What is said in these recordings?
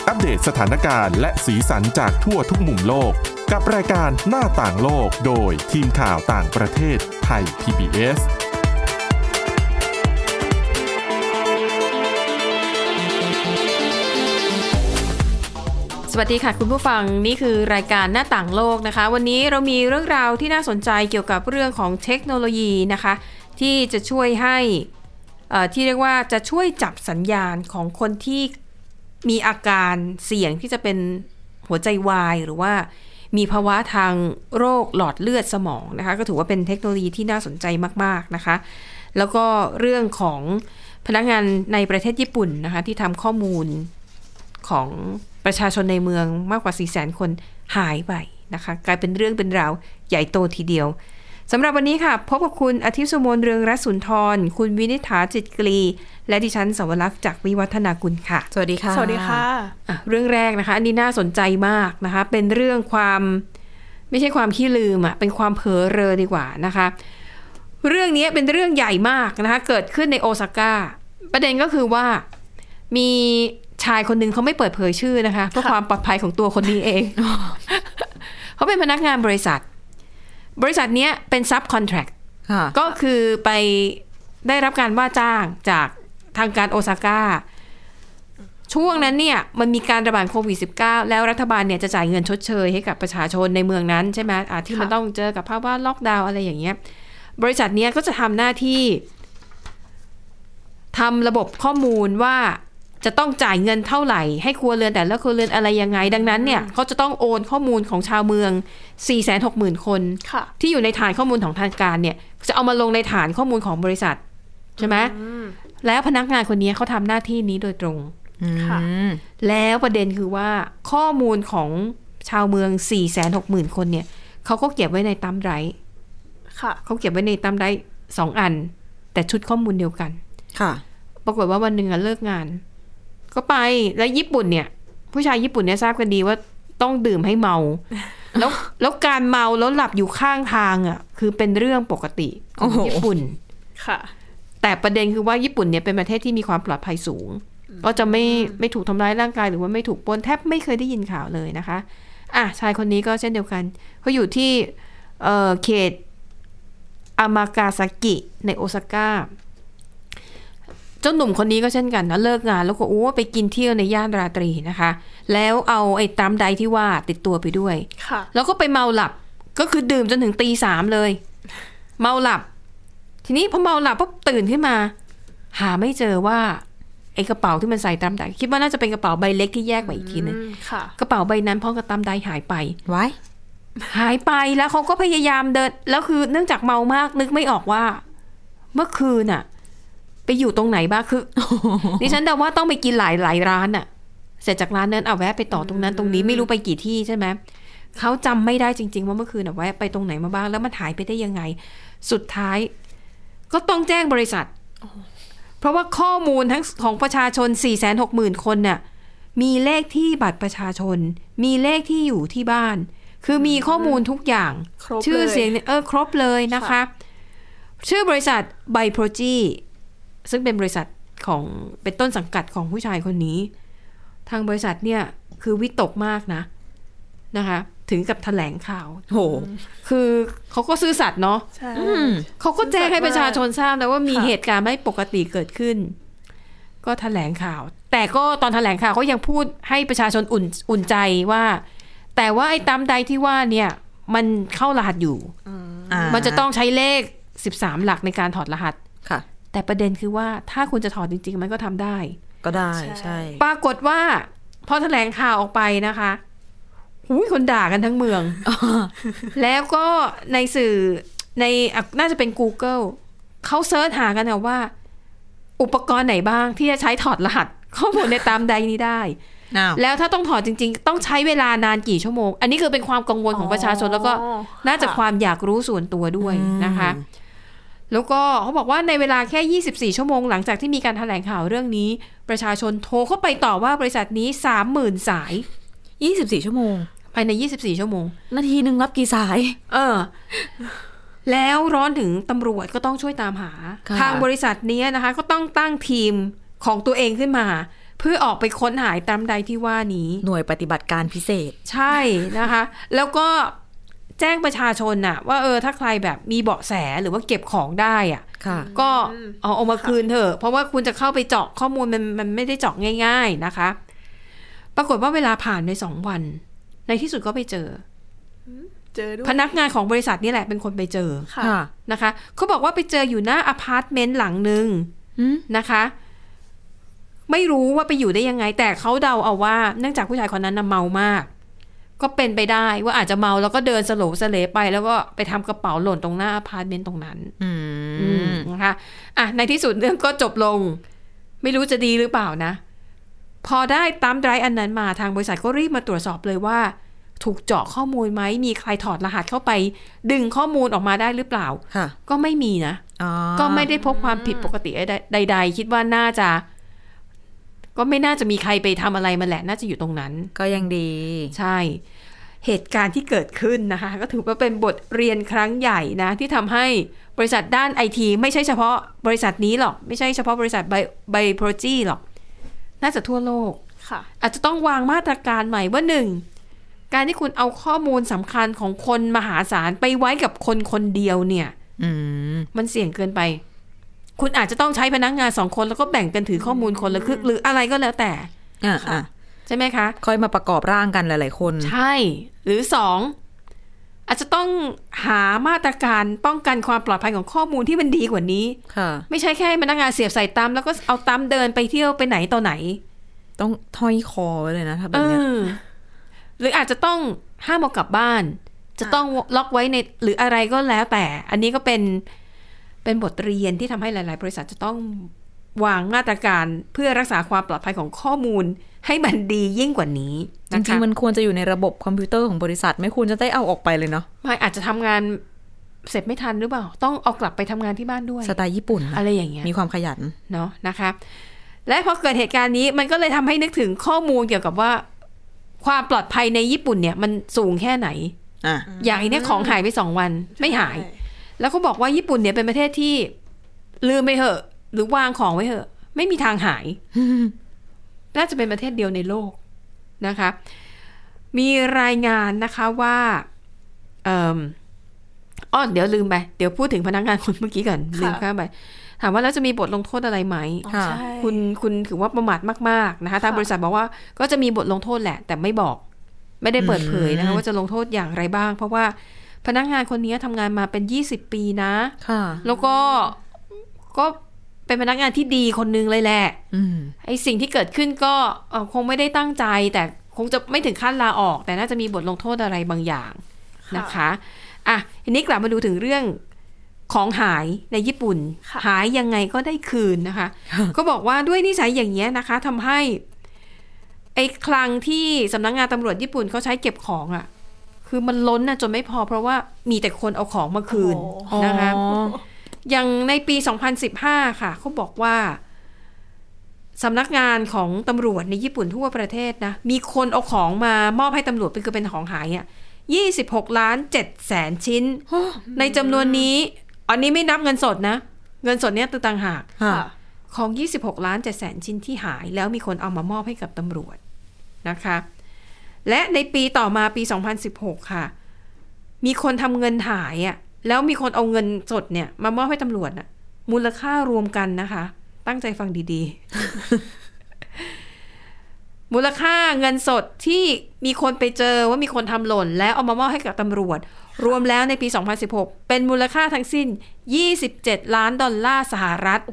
อัปเดตสถานการณ์และสีสันจากทั่วทุกมุมโลกกับรายการหน้าต่างโลกโดยทีมข่าวต่างประเทศไทย PBS สวัสดีค่ะคุณผู้ฟังนี่คือรายการหน้าต่างโลกนะคะวันนี้เรามีเรื่องราวที่น่าสนใจเกี่ยวกับเรื่องของเทคโนโลยีนะคะที่จะช่วยให้ที่เรียกว่าจะช่วยจับสัญญาณของคนที่มีอาการเสี่ยงที่จะเป็นหัวใจวายหรือว่ามีภาวะทางโรคหลอดเลือดสมองนะคะก็ถือว่าเป็นเทคโนโลยีที่น่าสนใจมากๆนะคะแล้วก็เรื่องของพนักงานในประเทศญี่ปุ่นนะคะที่ทำข้อมูลของประชาชนในเมืองมากกว่า 400,000 คนหายไปนะคะกลายเป็นเรื่องเป็นราวใหญ่โตทีเดียวสำหรับวันนี้ค่ะพบกับคุณอาทิตย์สุโมนเรืองรัศนทรคุณวินิษฐาจิตกรีและดิฉันสวรักษ์จากวิวัฒนากุลค่ะสวัสดีค่ะสวัสดีค่ะเรื่องแรกนะคะอันนี้น่าสนใจมากนะคะเป็นเรื่องความไม่ใช่ความขี้ลืมอ่ะเป็นความเพ้อเรอดีกว่านะคะเรื่องนี้เป็นเรื่องใหญ่มากนะคะเกิดขึ้นในโอซาก้าประเด็นก็คือว่ามีชายคนหนึ่งเขาไม่เปิดเผยชื่อนะคะเพื่อความปลอดภัยของตัวคนนี้เอง เขาเป็นพนักงานบริษัทนี้เป็นซับคอนแทรคก็คือไปได้รับการว่าจ้างจากทางการโอซาก้าช่วงนั้นเนี่ยมันมีการระบาดโควิด -19 แล้วรัฐบาลเนี่ยจะจ่ายเงินชดเชยให้กับประชาชนในเมืองนั้นใช่ไหมที่มันต้องเจอกับภาวะล็อกดาวน์อะไรอย่างเงี้ยบริษัทนี้ก็จะทำหน้าที่ทำระบบข้อมูลว่าจะต้องจ่ายเงินเท่าไหร่ให้ครัวเรือนแต่ละครัวเรือนอะไรยังไงดังนั้นเนี่ยเขาจะต้องโอนข้อมูลของชาวเมือง 460,000 คนที่อยู่ในฐานข้อมูลของทางการเนี่ยจะเอามาลงในฐานข้อมูลของบริษัทใช่ไหมแล้วพนักงานคนนี้เขาทำหน้าที่นี้โดยตรงแล้วประเด็นคือว่าข้อมูลของชาวเมือง 460,000 คนเนี่ยเขาก็เก็บไว้ในตั้มไดรฟ์เขาเก็บไว้ในตั้มไดรฟ์2 อันแต่ชุดข้อมูลเดียวกันปรากฏว่าวันหนึ่งเลิกงานก็ไปแล้วญี่ปุ่นเนี่ยผู้ชายญี่ปุ่นเนี่ยทราบกันดีว่าต้องดื่มให้เมา แล้วการเมาแล้วหลับอยู่ข้างทางอ่ะคือเป็นเรื่องปกติของญี่ปุ่นค่ะแต่ประเด็นคือว่าญี่ปุ่นเนี่ยเป็นประเทศที่มีความปลอดภัยสูงก็จะไม่ถูกทำร้ายร่างกายหรือว่าไม่ถูกปล้นแทบไม่เคยได้ยินข่าวเลยนะคะชายคนนี้ก็เช่นเดียวกันเขาอยู่ที่เขตอามากาซากิในโอซาก้าเจ้าหนุ่มคนนี้ก็เช่นกันนะเลิกงานแล้วก็ไปกินเที่ยวในย่านราตรีนะคะแล้วเอาไอ้ตามใดที่ว่าติดตัวไปด้วยแล้วก็ไปเมาหลับก็คือดื่มจนถึงตี 3เลยเมาหลับทีนี้พอเมาหลับปุ๊บตื่นขึ้นมาหาไม่เจอว่าไอ้กระเป๋าที่มันใส่ตามใดคิดว่าน่าจะเป็นกระเป๋าใบเล็กที่แยกไปอีกทีนึงกระเป๋าใบนั้นพร้อมกับตามใดหายไปหายไปแล้วเขาก็พยายามเดินแล้วคือเนื่องจากเมามากนึกไม่ออกว่าเมื่อคืนน่ะไปอยู่ตรงไหนบ้างคือดิฉันเดาว่าต้องไปกินหลายร้านน่ะเสร็จจากร้านนั้นเอาแวะไปต่อตรงนั้นตรงนี้ไม่รู้ไปกี่ที่ใช่ไหมเขาจำไม่ได้จริงๆว่าเมื่อคืนแวะไปตรงไหนมาบ้างแล้วมันหายไปได้ยังไงสุดท้ายก็ต้องแจ้งบริษัทเพราะว่าข้อมูลทั้งของประชาชน 460,000 คนน่ะมีเลขที่บัตรประชาชนมีเลขที่อยู่ที่บ้านคือมีข้อมูลทุกอย่างชื่อเสียงครบเลยนะคะชื่อบริษัทไบโพรจีซึ่งเป็นบริษัทของเป็นต้นสังกัดของผู้ชายคนนี้ทางบริษัทเนี่ยคือวิตกมากนะคะถึงกับแถลงข่าวคือเขาก็ซื่อสัตย์เนาะเขาก็แจ้งให้ประชาชนทราบนะว่ามีเหตุการณ์ไม่ปกติเกิดขึ้นก็แถลงข่าวแต่ก็ตอนแถลงข่าวก็ยังพูดให้ประชาชนอุ่นใจว่าแต่ว่าไอ้ตามใดที่ว่าเนี่ยมันเข้ารหัสอยู่มันจะต้องใช้เลข13 หลักในการถอดรหัสแต่ประเด็นคือว่าถ้าคุณจะถอดจริงๆมันก็ทำได้ก็ได้ใช่ปรากฏว่าพอแถลงข่าวออกไปนะคะคนด่ากันทั้งเมือง แล้วก็ในสื่อในน่าจะเป็น Google เขาเซิร์ชหากันนะว่าอุปกรณ์ไหนบ้างที่จะใช้ถอดรหัสข้อมูลในตามใดนี้ได้ แล้วถ้าต้องถอดจริงๆต้องใช้เวลานานกี่ชั่วโมงอันนี้คือเป็นความกังวลของประชาชนแล้วก็น่าจะความอยากรู้ส่วนตัวด้วยนะคะแล้วก็เขาบอกว่าในเวลาแค่24 ชั่วโมงหลังจากที่มีการแถลงข่าวเรื่องนี้ประชาชนโทรเข้าไปต่อว่าบริษัทนี้ 30,000 สาย 24 ชั่วโมงภายใน24 ชั่วโมงนาทีนึงรับกี่สายแล้วร้อนถึงตำรวจก็ต้องช่วยตามหาทางบริษัทนี้นะคะก็ต้องตั้งทีมของตัวเองขึ้นมาเพื่อออกไปค้นหาตามใดที่ว่านี้หน่วยปฏิบัติการพิเศษใช่นะคะ แล้วก็แจ้งประชาชนน่ะว่าถ้าใครแบบมีเบาะแสหรือว่าเก็บของได้อ่ะก็เอามาคืนเถอะเพราะว่าคุณจะเข้าไปเจาะข้อมูลมันไม่ได้เจาะง่ายๆนะคะปรากฏว่าเวลาผ่านไป2 วันในที่สุดก็ไปเจอด้วยพนักงานของบริษัทนี่แหละเป็นคนไปเจอนะคะเขาบอกว่าไปเจออยู่หน้าอพาร์ตเมนต์หลังนึงนะคะไม่รู้ว่าไปอยู่ได้ยังไงแต่เขาเดาเอาว่าเนื่องจากผู้ชายคนนั้นเมามากก็เป็นไปได้ว่าอาจจะเมาแล้วก็เดินสโลว์สเลไปแล้วก็ไปทำกระเป๋าหล่นตรงหน้าอพาร์ตเมนต์ตรงนั้นนะคะในที่สุดเรื่องก็จบลงไม่รู้จะดีหรือเปล่านะพอได้ตามไดรฟ์อันนั้นมาทางบริษัทก็รีบมาตรวจสอบเลยว่าถูกเจาะข้อมูลไหมมีใครถอดรหัสเข้าไปดึงข้อมูลออกมาได้หรือเปล่าก็ไม่มีนะก็ไม่ได้พบความผิดปกติใดๆคิดว่าน่าจะก็ไม่น่าจะมีใครไปทำอะไรมาแหละน่าจะอยู่ตรงนั้นก็ยังดีใช่เหตุการณ์ที่เกิดขึ้นนะคะก็ถือว่าเป็นบทเรียนครั้งใหญ่นะที่ทำให้บริษัทด้านไอทีไม่ใช่เฉพาะบริษัทนี้หรอกไม่ใช่เฉพาะบริษัทไบโพรจีหรอกน่าจะทั่วโลกอาจจะต้องวางมาตรการใหม่ว่า1การที่คุณเอาข้อมูลสำคัญของคนมหาศาลไปไว้กับคนคนเดียวเนี่ยมันเสี่ยงเกินไปคุณอาจจะต้องใช้พนักงาน2 คนแล้วก็แบ่งกันถือข้อมูลคนละครึ่งหรืออะไรก็แล้วแต่ใช่ไหมคะค่อยมาประกอบร่างกันหลายๆคนใช่หรือ2อาจจะต้องหามาตรการป้องกันความปลอดภัยของข้อมูลที่มันดีกว่านี้ไม่ใช่แค่พนักงานเสียบใส่ตามแล้วก็เอาตามเดินไปเที่ยวไปไหนต่อไหนต้องห้อยคอไว้เลยนะถ้าแบบนี้หรืออาจจะต้องห้ามเอากลับบ้านจะต้องล็อกไว้ในหรืออะไรก็แล้วแต่อันนี้ก็เป็นบทเรียนที่ทำให้หลายๆบริษัทจะต้องวางมาตรการเพื่อรักษาความปลอดภัยของข้อมูลให้มันดียิ่งกว่านี้จริงๆมันควรจะอยู่ในระบบคอมพิวเตอร์ของบริษัทไม่ควรจะได้เอาออกไปเลยเนาะไม่อาจจะทำงานเสร็จไม่ทันหรือเปล่าต้องเอากลับไปทำงานที่บ้านด้วยสไตล์ญี่ปุ่นอะไรอย่างเงี้ยมีความขยันเนาะนะคะและพอเกิดเหตุการณ์นี้มันก็เลยทำให้นึกถึงข้อมูลเกี่ยวกับว่าความปลอดภัยในญี่ปุ่นเนี่ยมันสูงแค่ไหนอย่างนี้ของหายไป2 วันไม่หายแล้วเขาบอกว่าญี่ปุ่นเนี่ยเป็นประเทศที่ลืมไปเหอะหรือวางของไว้เหอะไม่มีทางหาย น่าจะเป็นประเทศเดียวในโลกนะคะมีรายงานนะคะว่าเดี๋ยวลืมไปเดี๋ยวพูดถึงพนักงานคนเมื่อกี้ก่อนลืมข้ามไปถามว่าแล้วจะมีบทลงโทษอะไรไหมคุณถือว่าประมาทมากๆนะคะทางบริษัทบอกว่าก็จะมีบทลงโทษแหละแต่ไม่บอกไม่ได้เปิดเผยนะคะว่าจะลงโทษอย่างไรบ้างเพราะว่าพนักงานคนนี้ทำงานมาเป็น20 ปีนะแล้วก็เป็นพนักงานที่ดีคนนึงเลยแหละไอ้สิ่งที่เกิดขึ้นก็คงไม่ได้ตั้งใจแต่คงจะไม่ถึงขั้นลาออกแต่น่าจะมีบทลงโทษอะไรบางอย่างนะคะทีนี้กลับมาดูถึงเรื่องของหายในญี่ปุ่นหายยังไงก็ได้คืนนะคะก็บอกว่าด้วยนิสัยอย่างนี้นะคะทำให้ไอ้คลังที่สำนักงานตำรวจญี่ปุ่นเขาใช้เก็บของคือมันล้นจนไม่พอเพราะว่ามีแต่คนเอาของมาคืนนะคะอย่างในปี 2015 ค่ะเขาบอกว่าสำนักงานของตำรวจในญี่ปุ่นทั่วประเทศนะมีคนเอาของมามอบให้ตำรวจเป็นของหาย26.7 ชิ้นในจำนวนนี้อันนี้ไม่นับเงินสดนะเงินสดเนี้ยต่างหากของ 26.7 ชิ้นที่หายแล้วมีคนเอามามอบให้กับตำรวจนะคะและในปีต่อมาปี 2016 ค่ะมีคนทำเงินหายแล้วมีคนเอาเงินสดเนี่ยมามอบให้ตำรวจมูลค่ารวมกันนะคะตั้งใจฟังดีๆมูลค่าเงินสดที่มีคนไปเจอว่ามีคนทำหล่นแล้วเอามามอบให้กับตำรวจรวมแล้วในปี 2016 เป็นมูลค่าทั้งสิ้น$27 ล้านสหรัฐ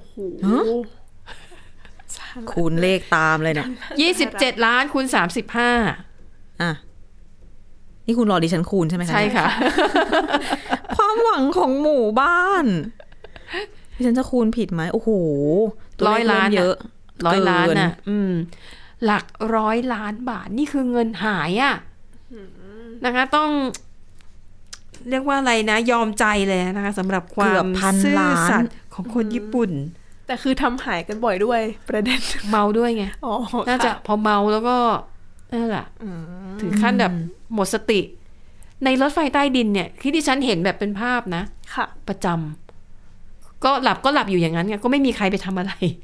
คูณเลขตามเลยเนี่ย 27 ล้านคูณ35 นี่คุณรอดิฉันคูณใช่ไหมคะใช่ค่ะความหวังของหมู่บ้านดิฉันจะคูณผิดไหมโอ้โห 100 ล้านเยอะ 100 ล้านหลัก100 ล้านบาทนี่คือเงินหายนะคะต้องเรียกว่าอะไรนะยอมใจเลยนะคะสำหรับความซื่อสัตย์ของคนญี่ปุ่นแต่คือทำหายกันบ่อยด้วยประเด็นเมาด้วยไงน่าจะพอเมาแล้วก็นั่นแหละถึงขั้นแบบหมดสติในรถไฟใต้ดินเนี่ยที่ดิฉันเห็นแบบเป็นภาพนะประจำก็หลับอยู่อย่างนั้นไงก็ไม่มีใครไปทำอะไร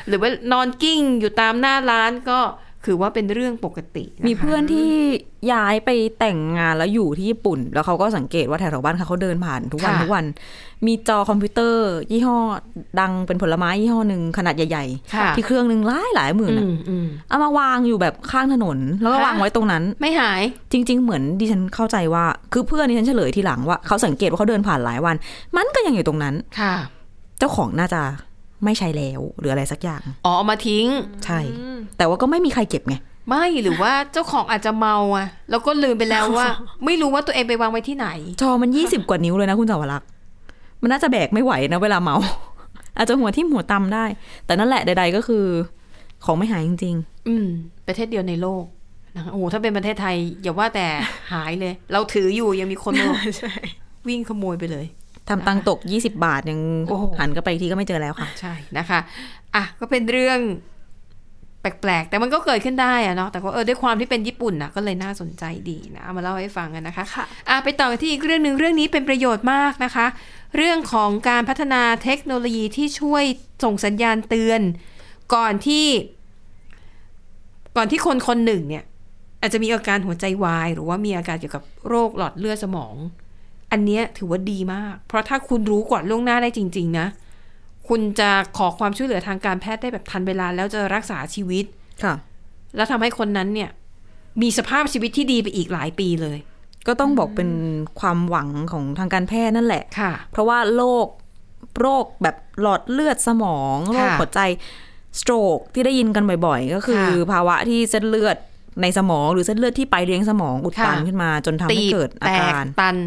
หรือว่านอนกิ้งอยู่ตามหน้าร้านก็คือว่าเป็นเรื่องปกตินะคะมีเพื่อนที่ย้ายไปแต่งงานแล้วอยู่ที่ญี่ปุ่นแล้วเขาก็สังเกตว่าแถวๆบ้านเขาเดินผ่านทุกวันมีจอคอมพิวเตอร์ยี่ห้อดังเป็นผลไม้ยี่ห้อหนึ่งขนาดใหญ่ๆที่เครื่องนึงหลายหมื่นเอามาวางอยู่แบบข้างถนนแล้วก็วางไว้ตรงนั้นไม่หายจริงๆเหมือนดิฉันเข้าใจว่าคือเพื่อนดิฉันเฉลยทีหลังว่าเขาสังเกตว่าเขาเดินผ่านหลายวันมันก็ยังอยู่ตรงนั้นเจ้าของน่าจะไม่ใช้แล้วหรืออะไรสักอย่างเอามาทิ้งใช่แต่ว่าก็ไม่มีใครเก็บไงไม่หรือว่าเจ้าของอาจจะเมาอ่ะแล้วก็ลืมไปแล้วว่า ไม่รู้ว่าตัวเองไปวางไว้ที่ไหนจอมัน20กว่านิ้วเลยนะคุณสาวรักษ์มันน่าจะแบกไม่ไหวนะเวลาเมา อาจจะหัวทิ่มหัวตำได้แต่นั่นแหละใดๆก็คือของไม่หายจริงๆประเทศเดียวในโลกนะโอ้ถ้าเป็นประเทศไทยอย่าว่าแต่หายเลยเราถืออยู่ยังมีคนมา วิ่งขโมยไปเลยทำตังตก20 บาทยังหันก็ไปทีก็ไม่เจอแล้วค่ะใช่นะคะอ่ะก็เป็นเรื่องแปลกๆแต่มันก็เกิดขึ้นได้อะเนาะแต่ก็ด้วยความที่เป็นญี่ปุ่นนะก็เลยน่าสนใจดีนะเอามาเล่าให้ฟังกันนะคะไปต่อกันที่อีกเรื่องนึงเรื่องนี้เป็นประโยชน์มากนะคะเรื่องของการพัฒนาเทคโนโลยีที่ช่วยส่งสัญญาณเตือนก่อนที่คนหนึ่งเนี่ยอาจจะมีอาการหัวใจวายหรือว่ามีอาการเกี่ยวกับโรคหลอดเลือดสมองอันนี้ถือว่าดีมากเพราะถ้าคุณรู้ก่อนล่วงหน้าได้จริงๆนะคุณจะขอความช่วยเหลือทางการแพทย์ได้แบบทันเวลาแล้วจะรักษาชีวิตค่ะแล้วทำให้คนนั้นเนี่ยมีสภาพชีวิตที่ดีไปอีกหลายปีเลยก็ต้องบอกเป็นความหวังของทางการแพทย์นั่นแหละค่ะเพราะว่าโรคแบบหลอดเลือดสมองโรคหัวใจสโตรกที่ได้ยินกันบ่อยๆก็คือภาวะที่เส้นเลือดในสมองหรือเส้นเลือดที่ไปเลี้ยงสมองอุดตันขึ้นมาจนทำให้เกิดอาการตัน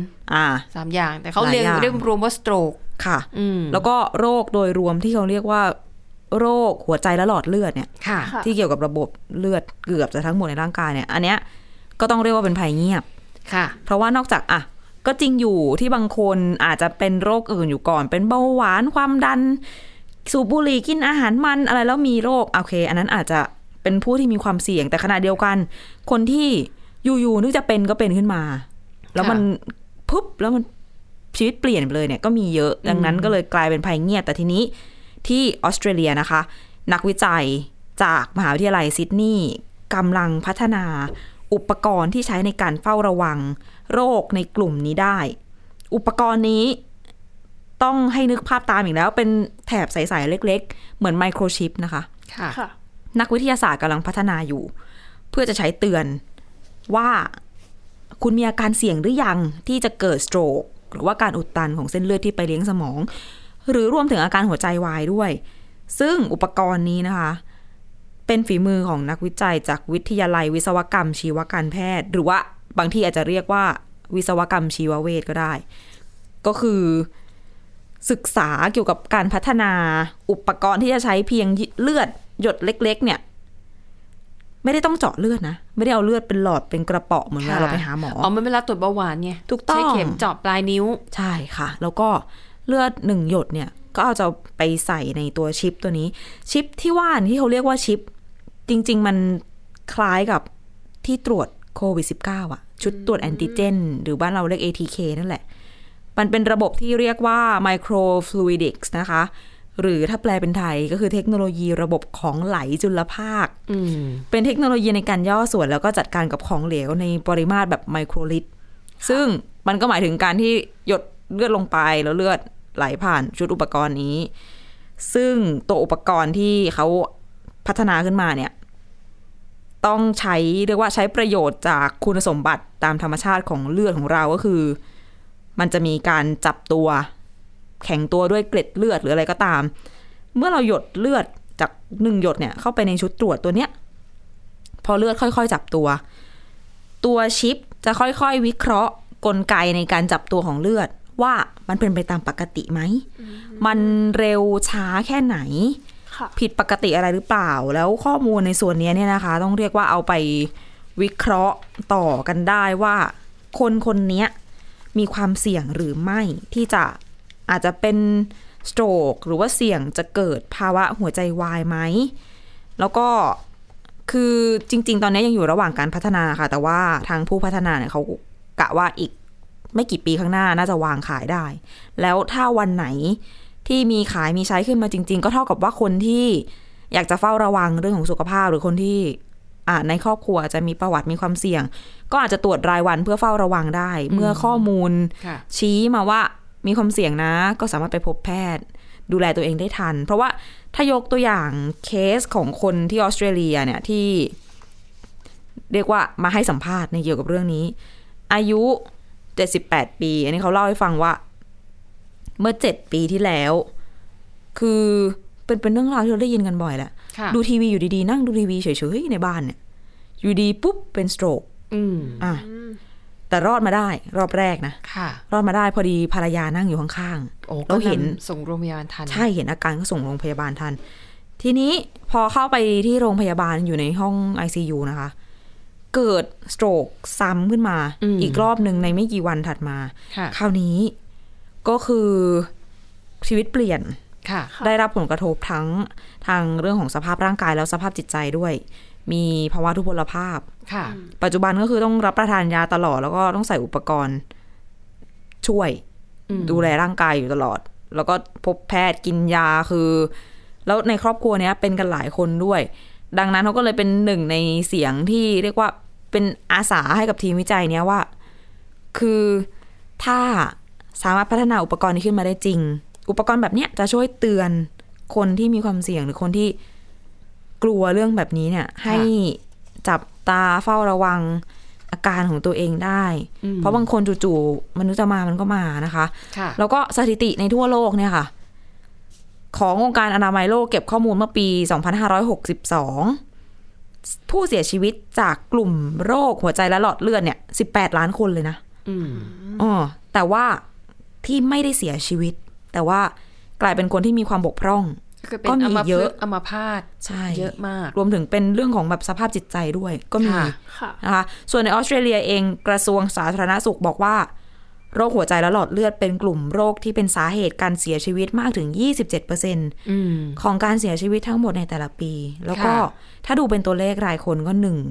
3 อย่างแต่เขาเรียกรวมว่าสโตรกค่ะแล้วก็โรคโดยรวมที่เขาเรียกว่าโรคหัวใจและหลอดเลือดเนี่ยที่เกี่ยวกับระบบเลือดเกือบจะทั้งหมดในร่างกายเนี่ยอันเนี้ยก็ต้องเรียกว่าเป็นภัยเงียบค่ะเพราะว่านอกจากก็จริงอยู่ที่บางคนอาจจะเป็นโรคอื่นอยู่ก่อนเป็นเบาหวานความดันสูบบุหรี่กินอาหารมันอะไรแล้วมีโรคโอเคอันนั้นอาจจะเป็นผู้ที่มีความเสี่ยงแต่ขณะเดียวกันคนที่อยู่ๆนึกจะเป็นก็เป็นขึ้นมาแล้วมันปุ๊บแล้วมันชีวิตเปลี่ยนไปเลยเนี่ยก็มีเยอะดังนั้นก็เลยกลายเป็นภัยเงียบแต่ทีนี้ที่ออสเตรเลียนะคะนักวิจัยจากมหาวิทยาลัยซิดนีย์กำลังพัฒนาอุปกรณ์ที่ใช้ในการเฝ้าระวังโรคในกลุ่มนี้ได้อุปกรณ์นี้ต้องให้นึกภาพตามอีกแล้วเป็นแถบใสๆเล็กๆเหมือนไมโครชิปนะคะค่ะนักวิทยาศาสตร์กำลังพัฒนาอยู่เพื่อจะใช้เตือนว่าคุณมีอาการเสี่ยงหรือยังที่จะเกิดสโตรกหรือว่าการอุดตันของเส้นเลือดที่ไปเลี้ยงสมองหรือรวมถึงอาการหัวใจวายด้วยซึ่งอุปกรณ์นี้นะคะเป็นฝีมือของนักวิจัยจากวิทยาลัยวิศวกรรมชีวการแพทย์หรือว่าบางที่อาจจะเรียกว่าวิศวกรรมชีวเวชก็ได้ก็คือศึกษาเกี่ยวกับการพัฒนาอุปกรณ์ที่จะใช้เพียงเลือดหยดเล็กๆเนี่ยไม่ได้ต้องเจาะเลือดนะไม่ได้เอาเลือดเป็นหลอดเป็นกระป๋องเหมือนเวลาเราไปหาหมอมันเวลาตรวจเบาหวานไงถูกต้องใช้เข็มเจาะปลายนิ้วใช่ค่ะแล้วก็เลือด1หยดเนี่ยก็เอาจะไปใส่ในตัวชิปตัวนี้ชิปที่ว่าที่เขาเรียกว่าชิปจริงๆมันคล้ายกับที่ตรวจโควิด -19 อ่ะชุดตรวจแอนติเจนหรือบ้านเราเรียก ATK นั่นแหละมันเป็นระบบที่เรียกว่า microfluidics นะคะหรือถ้าแปลเป็นไทยก็คือเทคโนโลยีระบบของไหลจุลภาคเป็นเทคโนโลยีในการย่อส่วนแล้วก็จัดการกับของเหลวในปริมาตรแบบไมโครลิตรซึ่งมันก็หมายถึงการที่หยดเลือดลงไปแล้วเลือดไหลผ่านชุดอุปกรณ์นี้ซึ่งตัวอุปกรณ์ที่เขาพัฒนาขึ้นมาเนี่ยต้องใช้เรียกว่าใช้ประโยชน์จากคุณสมบัติตามธรรมชาติของเลือดของเราก็คือมันจะมีการจับตัวแข็งตัวด้วยเกล็ดเลือดหรืออะไรก็ตามเมื่อเราหยดเลือดจาก1หยดเนี่ยเข้าไปในชุดตรวจตัวเนี้ยพอเลือดค่อยๆจับตัวชิปจะค่อยๆวิเคราะห์กลไกในการจับตัวของเลือดว่ามันเป็นไปตามปกติไหมมันเร็วช้าแค่ไหนผิดปกติอะไรหรือเปล่าแล้วข้อมูลในส่วนนี้เนี่ยนะคะต้องเรียกว่าเอาไปวิเคราะห์ต่อกันได้ว่าคนนี้มีความเสี่ยงหรือไม่ที่จะอาจจะเป็นสโตรกหรือว่าเสี่ยงจะเกิดภาวะหัวใจวายไหมแล้วก็คือจริงๆตอนนี้ยังอยู่ระหว่างการพัฒนาค่ะแต่ว่าทางผู้พัฒนาเนี่ยเขากะว่าอีกไม่กี่ปีข้างหน้าน่าจะวางขายได้แล้วถ้าวันไหนที่มีขายมีใช้ขึ้นมาจริงๆก็เท่ากับว่าคนที่อยากจะเฝ้าระวังเรื่องของสุขภาพหรือคนที่ในครอบครัวจะมีประวัติมีความเสี่ยงก็อาจจะตรวจรายวันเพื่อเฝ้าระวังได้เมื่อข้อมูลชี้มาว่ามีความเสี่ยงนะก็สามารถไปพบแพทย์ดูแลตัวเองได้ทันเพราะว่าถ้ายกตัวอย่างเคสของคนที่ออสเตรเลียเนี่ยที่เรียกว่ามาให้สัมภาษณ์ในเกี่ยวกับเรื่องนี้อายุ78ปีอันนี้เขาเล่าให้ฟังว่าเมื่อ7ปีที่แล้วคือเป็นเรื่องราวที่เราได้ยินกันบ่อยแหละดูทีวีอยู่ดีๆนั่งดูทีวีเฉยๆในบ้านเนี่ยอยู่ดีปุ๊บเป็นสโตรกแต่รอดมาได้รอบแรกนะรอดมาได้พอดีภรรยานั่งอยู่ข้างๆเราเห็นส่งโรงพยาบาลทันใช่เห็นอาการก็ส่งโรงพยาบาลทันทีนี้พอเข้าไปที่โรงพยาบาลอยู่ในห้อง ICU นะคะเกิดสโตรกซ้ำขึ้นมาอีกรอบหนึ่งในไม่กี่วันถัดมาคราวนี้ก็คือชีวิตเปลี่ยนได้รับผลกระทบทั้งทางเรื่องของสภาพร่างกายแล้วสภาพจิตใจด้วยมีภาวะทุพพลภาพปัจจุบันก็คือต้องรับประทานยาตลอดแล้วก็ต้องใส่อุปกรณ์ช่วยดูแลร่างกายอยู่ตลอดแล้วก็พบแพทย์กินยาคือแล้วในครอบครัวเนี้ยเป็นกันหลายคนด้วยดังนั้นเขาก็เลยเป็นหนึ่งในเสียงที่เรียกว่าเป็นอาสาให้กับทีมวิจัยเนี้ยว่าคือถ้าสามารถพัฒนาอุปกรณ์นี้ขึ้นมาได้จริงอุปกรณ์แบบเนี้ยจะช่วยเตือนคนที่มีความเสี่ยงหรือคนที่กลัวเรื่องแบบนี้เนี่ยให้จับตาเฝ้าระวังอาการของตัวเองได้เพราะบางคนจู่ๆมันนึกจะมามันก็มานะคะแล้วก็สถิติในทั่วโลกเนี่ยค่ะขององค์การอนามัยโลกเก็บข้อมูลเมื่อปี2562ผู้เสียชีวิตจากกลุ่มโรคหัวใจและหลอดเลือดเนี่ย18ล้านคนเลยนะแต่ว่าที่ไม่ได้เสียชีวิตแต่ว่ากลายเป็นคนที่มีความบกพร่องก็มีเยอะอัมพาตเยอะมากรวมถึงเป็นเรื่องของแบบสภาพจิตใจด้วยก็มีนะคะส่วนในออสเตรเลียเองกระทรวงสาธารณสุขบอกว่าโรคหัวใจและหลอดเลือดเป็นกลุ่มโรคที่เป็นสาเหตุการเสียชีวิตมากถึง 27% ของการเสียชีวิตทั้งหมดในแต่ละปีแล้วก็ถ้าดูเป็นตัวเลขรายคนก็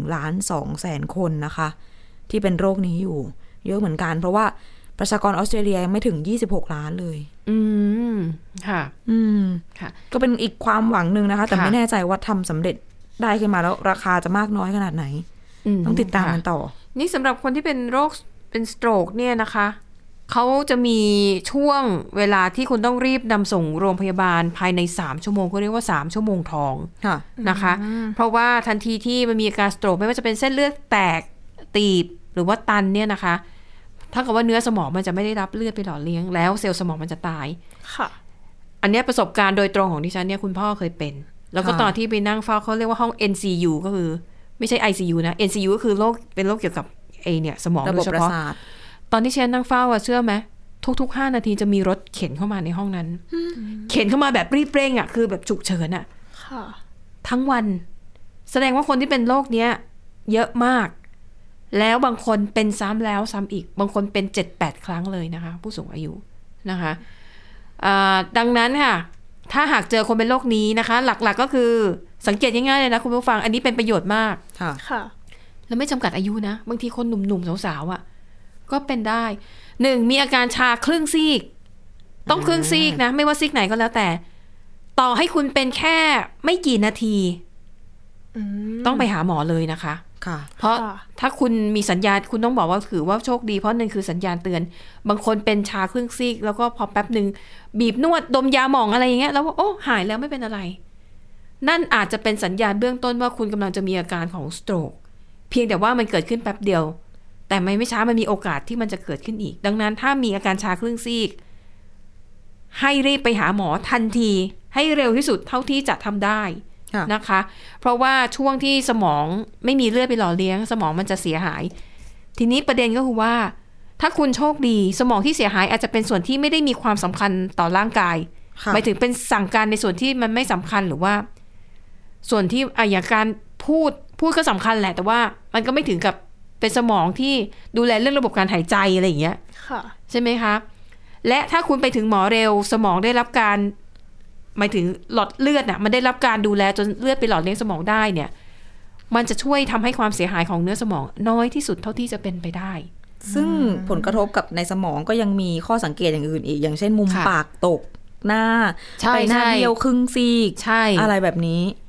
1,200,000 คนนะคะที่เป็นโรคนี้อยู่เยอะเหมือนกันเพราะว่าประชากรออสเตรเลียยังไม่ถึง26ล้านเลยค่ะค่ะก็เป็นอีกความหวังหนึ่งนะคะแต่ไม่แน่ใจว่าทำสำเร็จได้ขึ้นมาแล้วราคาจะมากน้อยขนาดไหนต้องติดตามกันต่อนี่สำหรับคนที่เป็นโรคเป็นสโตรกเนี่ยนะคะเขาจะมีช่วงเวลาที่คุณต้องรีบนำส่งโรงพยาบาลภายใน3ชั่วโมงเขาเรียกว่า3ชั่วโมงทองนะคะเพราะว่าทันทีที่มันมีอาการสโตรกไม่ว่าจะเป็นเส้นเลือดแตกตีบหรือว่าตันเนี่ยนะคะถ้าเกิดว่าเนื้อสมองมันจะไม่ได้รับเลือดไปหล่อเลี้ยงแล้วเซลล์สมองมันจะตายค่ะอันนี้ประสบการณ์โดยตรงของดิฉันเนี่ยคุณพ่อเคยเป็นแล้วก็ตอนที่ไปนั่งเฝ้าเขาเรียกว่าห้อง NCU ก็คือไม่ใช่ ICU นะ NCU ก็คือโรคเป็นโรคเกี่ยวกับเนี่ยสมองโดยเฉพาะตอนที่ฉันนั่งเฝ้าเชื่อไหมทุกๆ5นาทีจะมีรถเข็นเข้ามาในห้องนั้นเข็นเข้ามาแบบรีบเร่งคือแบบฉุกเฉินทั้งวันแสดงว่าคนที่เป็นโรคเนี้ยเยอะมากแล้วบางคนเป็นซ้ำแล้วซ้ำอีกบางคนเป็น 7-8 ครั้งเลยนะคะผู้สูงอายุนะคะดังนั้นค่ะถ้าหากเจอคนเป็นโรคนี้นะคะหลักๆ ก็คือสังเกตง่ายๆเลยนะคุณผู้ฟังอันนี้เป็นประโยชน์มากค่ะแล้วไม่จำกัดอายุนะบางทีคนหนุ่มๆสาวๆก็เป็นได้1มีอาการชาครึ่งซีกต้องครึ่งซีกนะไม่ว่าซีกไหนก็แล้วแต่ต่อให้คุณเป็นแค่ไม่กี่นาทีต้องไปหาหมอเลยนะคะเพราะถ้าคุณมีสัญญาณคุณต้องบอกว่าถือว่าโชคดีเพราะนั่นคือสัญญาณเตือนบางคนเป็นชาครึ่งซีกแล้วก็พอแป๊บนึงบีบนวดดมยาหม่องอะไรอย่างเงี้ยแล้วว่าโอ้หายแล้วไม่เป็นอะไรนั่นอาจจะเป็นสัญญาณเบื้องต้นว่าคุณกำลังจะมีอาการของสโตรกเพียงแต่ว่ามันเกิดขึ้นแป๊บเดียวแต่ไม่ช้ามันมีโอกาสที่มันจะเกิดขึ้นอีกดังนั้นถ้ามีอาการชาครึ่งซีกให้รีบไปหาหมอทันทีให้เร็วที่สุดเท่าที่จะทำได้นะคะเพราะว่าช่วงที่สมองไม่มีเลือดไปหล่อเลี้ยงสมองมันจะเสียหายทีนี้ประเด็นก็คือว่าถ้าคุณโชคดีสมองที่เสียหายอาจจะเป็นส่วนที่ไม่ได้มีความสำคัญต่อร่างกายหมายถึงเป็นสั่งการในส่วนที่มันไม่สำคัญหรือว่าส่วนที่อย่างการพูดก็สำคัญแหละแต่ว่ามันก็ไม่ถึงกับเป็นสมองที่ดูแลเรื่องระบบการหายใจอะไรอย่างเงี้ยใช่ไหมคะและถ้าคุณไปถึงหมอเร็วสมองได้รับการหมายถึงหลอดเลือดน่ะมันได้รับการดูแลจนเลือดไปหล่อเลี้ยงสมองได้เนี่ยมันจะช่วยทำให้ความเสียหายของเนื้อสมองน้อยที่สุดเท่าที่จะเป็นไปได้ซึ่งผลกระทบกับในสมองก็ยังมีข้อสังเกตอย่างอื่นอีกอย่างเช่นมุมปากตกหน้าไปหน้าเบี้ยวครึ่งซีกอะไรแบบนี้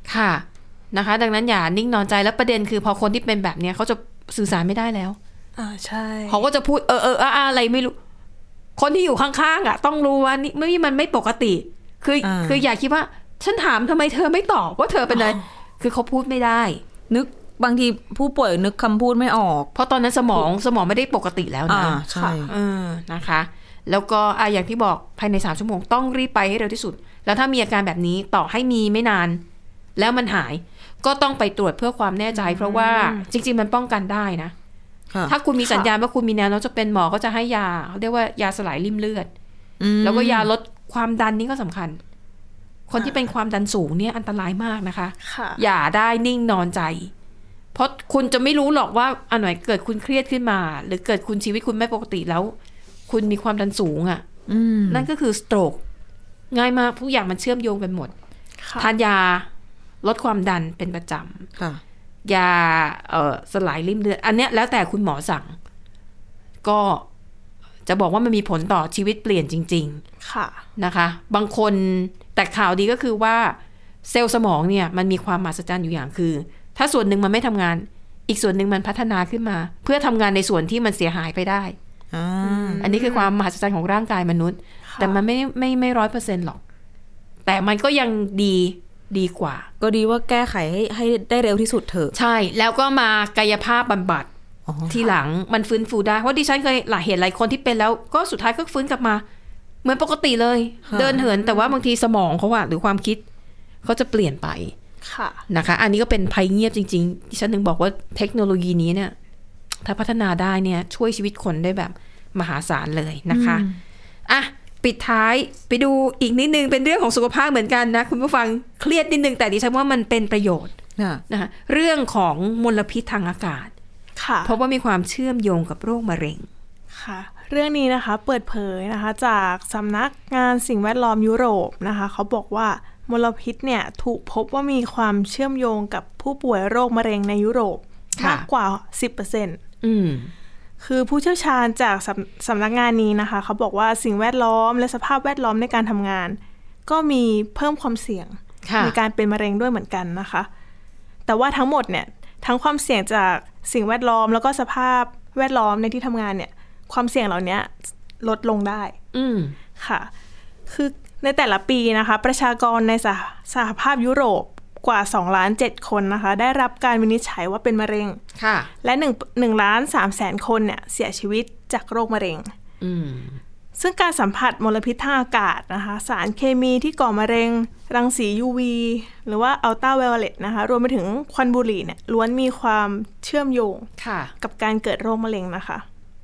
ค่ะนะคะดังนั้นอย่านิ่งนอนใจแล้วประเด็นคือพอคนที่เป็นแบบเนี้ยเขาจะสื่อสารไม่ได้แล้วใช่เขาก็จะพูดอะไรไม่รู้คนที่อยู่ข้างๆอ่ะต้องรู้ว่านี่มันไม่ปกติคืออย่าคิดว่าฉันถามทำไมเธอไม่ตอบว่าเธอเป็นอะไรคือเขาพูดไม่ได้นึกบางทีผู้ป่วยนึกคำพูดไม่ออกเพราะตอนนั้นสมองไม่ได้ปกติแล้วนะใช่นะคะแล้วก็อย่างที่บอกภายใน3 ชั่วโมงต้องรีบไปให้เร็วที่สุดแล้วถ้ามีอาการแบบนี้ต่อให้มีไม่นานแล้วมันหายก็ต้องไปตรวจเพื่อความแน่ใจเพราะว่าจริงๆมันป้องกันได้นะถ้าคุณมีสัญญาณว่าคุณมีแนวโน้มจะเป็นหมอก็จะให้ยาเขาเรียกว่ายาสลายริ่มเลือดแล้วก็ยาลดความดันนี่ก็สำคัญคนที่เป็นความดันสูงเนี่ยอันตรายมากนะคะอย่าได้นิ่งนอนใจเพราะคุณจะไม่รู้หรอกว่าอันไหนเกิดคุณเครียดขึ้นมาหรือเกิดคุณชีวิตคุณไม่ปกติแล้วคุณมีความดันสูงนั่นก็คือสโตรกง่ายมากทุกอย่างมันเชื่อมโยงกันหมดทานยาลดความดันเป็นประจำยาสลายริ่มเลือดอันเนี้ยแล้วแต่คุณหมอสั่งก็จะบอกว่ามันมีผลต่อชีวิตเปลี่ยนจริงๆนะคะบางคนแต่ข่าวดีก็คือว่าเซลล์สมองเนี่ยมันมีความมหัศจรรย์อยู่อย่างคือถ้าส่วนหนึ่งมันไม่ทำงานอีกส่วนหนึ่งมันพัฒนาขึ้นมาเพื่อทำงานในส่วนที่มันเสียหายไปได้อันนี้คือความมหัศจรรย์ของร่างกายมนุษย์แต่มันไม่100%หรอกแต่มันก็ยังดีกว่าก็ดีว่าแก้ไขให้ได้เร็วที่สุดเถอะใช่แล้วก็มากายภาพบำบัดทีหลังมันฟื้นฟูได้เพราะดิฉันเคยเห็นหลายคนที่เป็นแล้วก็สุดท้ายก็ฟื้นกลับมาเหมือนปกติเลยเดินเหินแต่ว่าบางทีสมองเขาหรือความคิดเขาจะเปลี่ยนไปนะคะอันนี้ก็เป็นภัยเงียบจริงๆดิฉันถึงบอกว่าเทคโนโลยีนี้เนี่ยถ้าพัฒนาได้เนี่ยช่วยชีวิตคนได้แบบมหาศาลเลยนะคะปิดท้ายไปดูอีกนิดนึงเป็นเรื่องของสุขภาพเหมือนกันนะคุณผู้ฟังเครียดนิดนึงแต่ดิฉันว่ามันเป็นประโยชน์นะคะเรื่องของมลพิษทางอากาศเพราะว่ามีความเชื่อมโยงกับโรคมะเร็งค่ะเรื่องนี้นะคะเปิดเผยนะคะจากสำนักงานสิ่งแวดล้อมยุโรปนะคะเขาบอกว่ามลพิษเนี่ยถูกพบว่ามีความเชื่อมโยงกับผู้ป่วยโรคมะเร็งในยุโรปมากกว่า 10%คือผู้เชี่ยวชาญจากสำนักงานนี้นะคะเขาบอกว่าสิ่งแวดล้อมและสภาพแวดล้อมในการทำงานก็มีเพิ่มความเสี่ยงในการเป็นมะเร็งด้วยเหมือนกันนะคะแต่ว่าทั้งหมดเนี่ยทั้งความเสี่ยงจากสิ่งแวดล้อมแล้วก็สภาพแวดล้อมในที่ทำงานเนี่ยความเสี่ยงเหล่านี้ลดลงได้ค่ะคือในแต่ละปีนะคะประชากรในสหภาพยุโรปกว่า 2,700,000 คนนะคะได้รับการวินิจฉัยว่าเป็นมะเร็งและ 1,300,000 คนเนี่ยเสียชีวิตจากโรคมะเร็งซึ่งการสัมผัสมลพิษทางอากาศนะคะสารเคมีที่ก่อมะเร็งรังสี UV หรือว่าอัลตราไวโอเลตนะคะรวมไปถึงควันบุหรี่เนี่ยล้วนมีความเชื่อมโยงกับการเกิดโรคมะเร็งนะคะ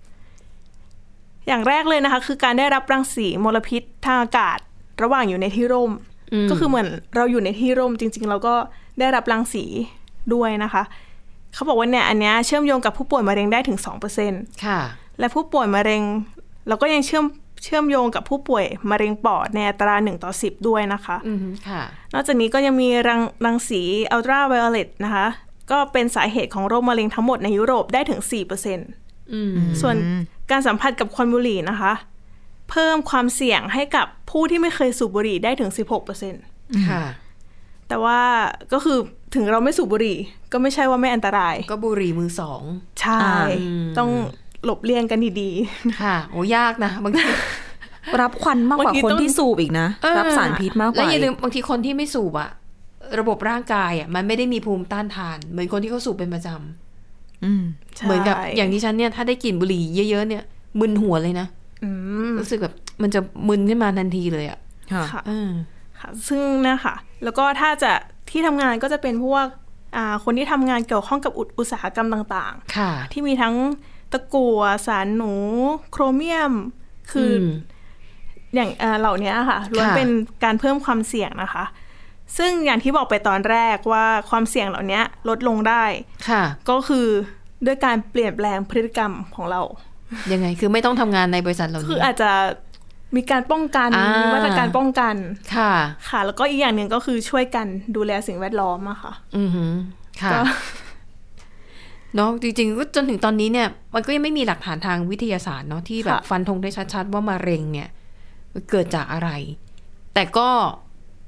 อย่างแรกเลยนะคะคือการได้รับรังสีมลพิษทางอากาศระหว่างอยู่ในที่ร่มก็คือเหมือนเราอยู่ในที่ร่มจริงๆเราก็ได้รับรังสีด้วยนะคะเขาบอกว่าเนี่ยอันนี้เชื่อมโยงกับผู้ป่วยมะเร็งได้ถึง 2% ค่ะและผู้ป่วยมะเร็งเราก็ยังเชื่อมโยงกับผู้ป่วยมะเร็งปอดในอัตรา1:10ด้วยนะคะค่ะนอกจากนี้ก็ยังมีรังสีอัลตราไวโอเลตนะคะก็เป็นสาเหตุของโรคมะเร็งทั้งหมดในยุโรปได้ถึง 4% ส่วนการสัมผัสกับควันบุหรี่นะคะเพิ่มความเสี่ยงให้กับผู้ที่ไม่เคยสูบบุหรี่ได้ถึง 16% ค่ะแต่ว่าก็คือถึงเราไม่สูบบุหรี่ก็ไม่ใช่ว่าไม่อันตรายก็บุหรี่มือสองใช่ต้องหลบเลี่ยงกันดีๆค่ะโอ้ยากนะบางทีรับควันมากกว่าคนที่สูบอีกนะรับสารพิษมากกว่าแล้วอย่าลืมบางทีคนที่ไม่สูบอะระบบร่างกายอะมันไม่ได้มีภูมิต้านทานเหมือนคนที่เขาสูบเป็นประจำเหมือนกับอย่างที่ฉันเนี่ยถ้าได้กลิ่นบุหรี่เยอะๆเนี่ยมึนหัวเลยนะรู้สึกแบบมันจะมึนขึ้นมาทันทีเลยอ่ะค่ะค่ะซึ่งนะคะแล้วก็ถ้าจะที่ทำงานก็จะเป็นพวกคนที่ทำงานเกี่ยวข้องกับอุตสาหกรรมต่างๆที่มีทั้งตะกั่วสารหนูโครเมียมคืออย่างเหล่านี้ค่ะล้วนเป็นการเพิ่มความเสี่ยงนะคะซึ่งอย่างที่บอกไปตอนแรกว่าความเสี่ยงเหล่านี้ลดลงได้ก็คือด้วยการเปลี่ยนแปลงพฤติกรรมของเรายังไงคือไม่ต้องทำงานในบริษัทเราคืออาจจะมีการป้องกันมีมาตรการป้องกันค่ะแล้วก็อีกอย่างหนึ่งก็คือช่วยกันดูแลสิ่งแวดล้อมอะค่ะค่ะเนาะจริงๆก็จนถึงตอนนี้เนี่ยมันก็ยังไม่มีหลักฐานทางวิทยาศาสตร์เนาะที่แบบฟันธงได้ชัดๆว่ามะเร็งเนี่ยเกิดจากอะไรแต่ก็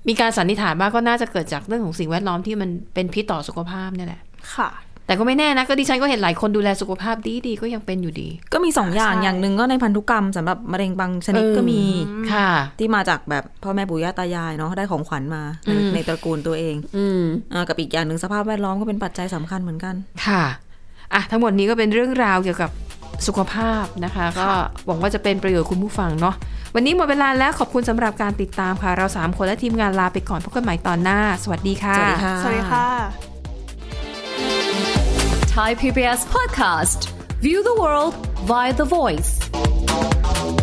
มีการสันนิษฐานว่าก็น่าจะเกิดจากเรื่องของสิ่งแวดล้อมที่มันเป็นพิษต่อสุขภาพนี่แหละค่ะแต่ก็ไม่แน่นะก็ดิฉันก็เห็นหลายคนดูแลสุขภาพดีๆก็ยังเป็นอยู่ดีก็มี2 อย่างหนึ่งก็ในพันธุกรรมสำหรับมะเร็งบางชนิดก็มีค่ะที่มาจากแบบพ่อแม่ปู่ย่าตายายเนาะได้ของขวัญมาในตระกูลตัวเองกับอีกอย่างหนึ่งสภาพแวดล้อมก็เป็นปัจจัยสำคัญเหมือนกันค่ะอ่ะทั้งหมดนี้ก็เป็นเรื่องราวเกี่ยวกับสุขภาพนะคะก็หวังว่าจะเป็นประโยชน์คุณผู้ฟังเนาะวันนี้หมดเวลาแล้วขอบคุณสำหรับการติดตามค่ะเรา3คนและทีมงานลาไปก่อนพบกันใหม่ตอนหน้าสวัสดีค่ะสวัสดีค่ะสวัสดีค่ะ Thai PBS podcast. View the world via The Voice.